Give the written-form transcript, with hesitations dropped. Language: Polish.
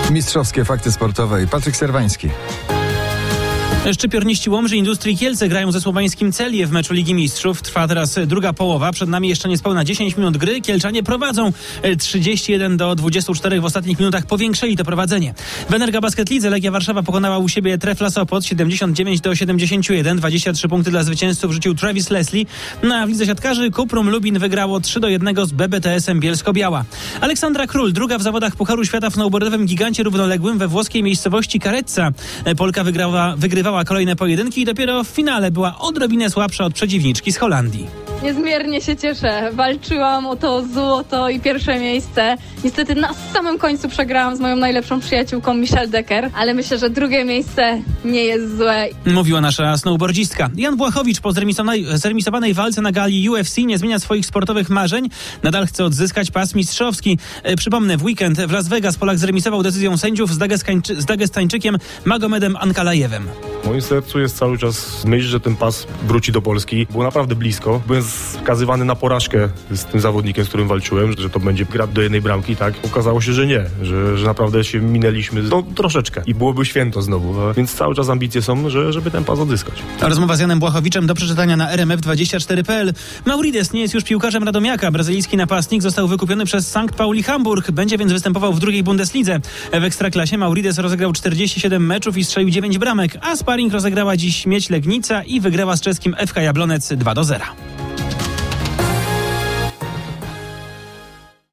Mistrzowskie fakty sportowe i Patryk Serwański. Szczypiorniści Łomży Industrii Kielce grają ze słoweńskim Celje w meczu Ligi Mistrzów. Trwa teraz druga połowa. Przed nami jeszcze niespełna 10 minut gry. Kielczanie prowadzą 31-24. W ostatnich minutach powiększyli to prowadzenie. W Energa Basket Lidze Legia Warszawa pokonała u siebie Trefla Sopot 79-71. 23 punkty dla zwycięzców rzucił Travis Leslie. A w lidze siatkarzy Kuprum Lubin wygrało 3-1 z BBTS-em Bielsko-Biała. Aleksandra Król, druga w zawodach Pucharu Świata w snowboardowym gigancie równoległym we włoskiej miejscowości Carezza. Polka wygrywała kolejne pojedynki i dopiero w finale była odrobinę słabsza od przeciwniczki z Holandii. Niezmiernie się cieszę. Walczyłam o to złoto i pierwsze miejsce. Niestety na samym końcu przegrałam z moją najlepszą przyjaciółką Michelle Decker, ale myślę, że drugie miejsce nie jest złe. Mówiła nasza snowboardzistka. Jan Błachowicz po zremisowanej walce na gali UFC nie zmienia swoich sportowych marzeń. Nadal chce odzyskać pas mistrzowski. Przypomnę, w weekend w Las Vegas Polak zremisował decyzją sędziów z Dagestańczykiem Magomedem Ankalajewem. W moim sercu jest cały czas myśl, że ten pas wróci do Polski. Było naprawdę blisko. Byłem skazywany na porażkę z tym zawodnikiem, z którym walczyłem, że to będzie gra do jednej bramki, tak? Okazało się, że nie, że naprawdę się minęliśmy troszeczkę i byłoby święto znowu. Więc cały czas ambicje są, żeby ten pas odzyskać. Rozmowa z Janem Błachowiczem do przeczytania na rmf24.pl. Maurides nie jest już piłkarzem Radomiaka. Brazylijski napastnik został wykupiony przez Sankt Pauli Hamburg. Będzie więc występował w drugiej Bundeslidze. W Ekstraklasie Maurides rozegrał 47 meczów i strzelił 9 bramek, a sparring rozegrała dziś Miedź Legnica i wygrała z czeskim FK Jablonec 2-0.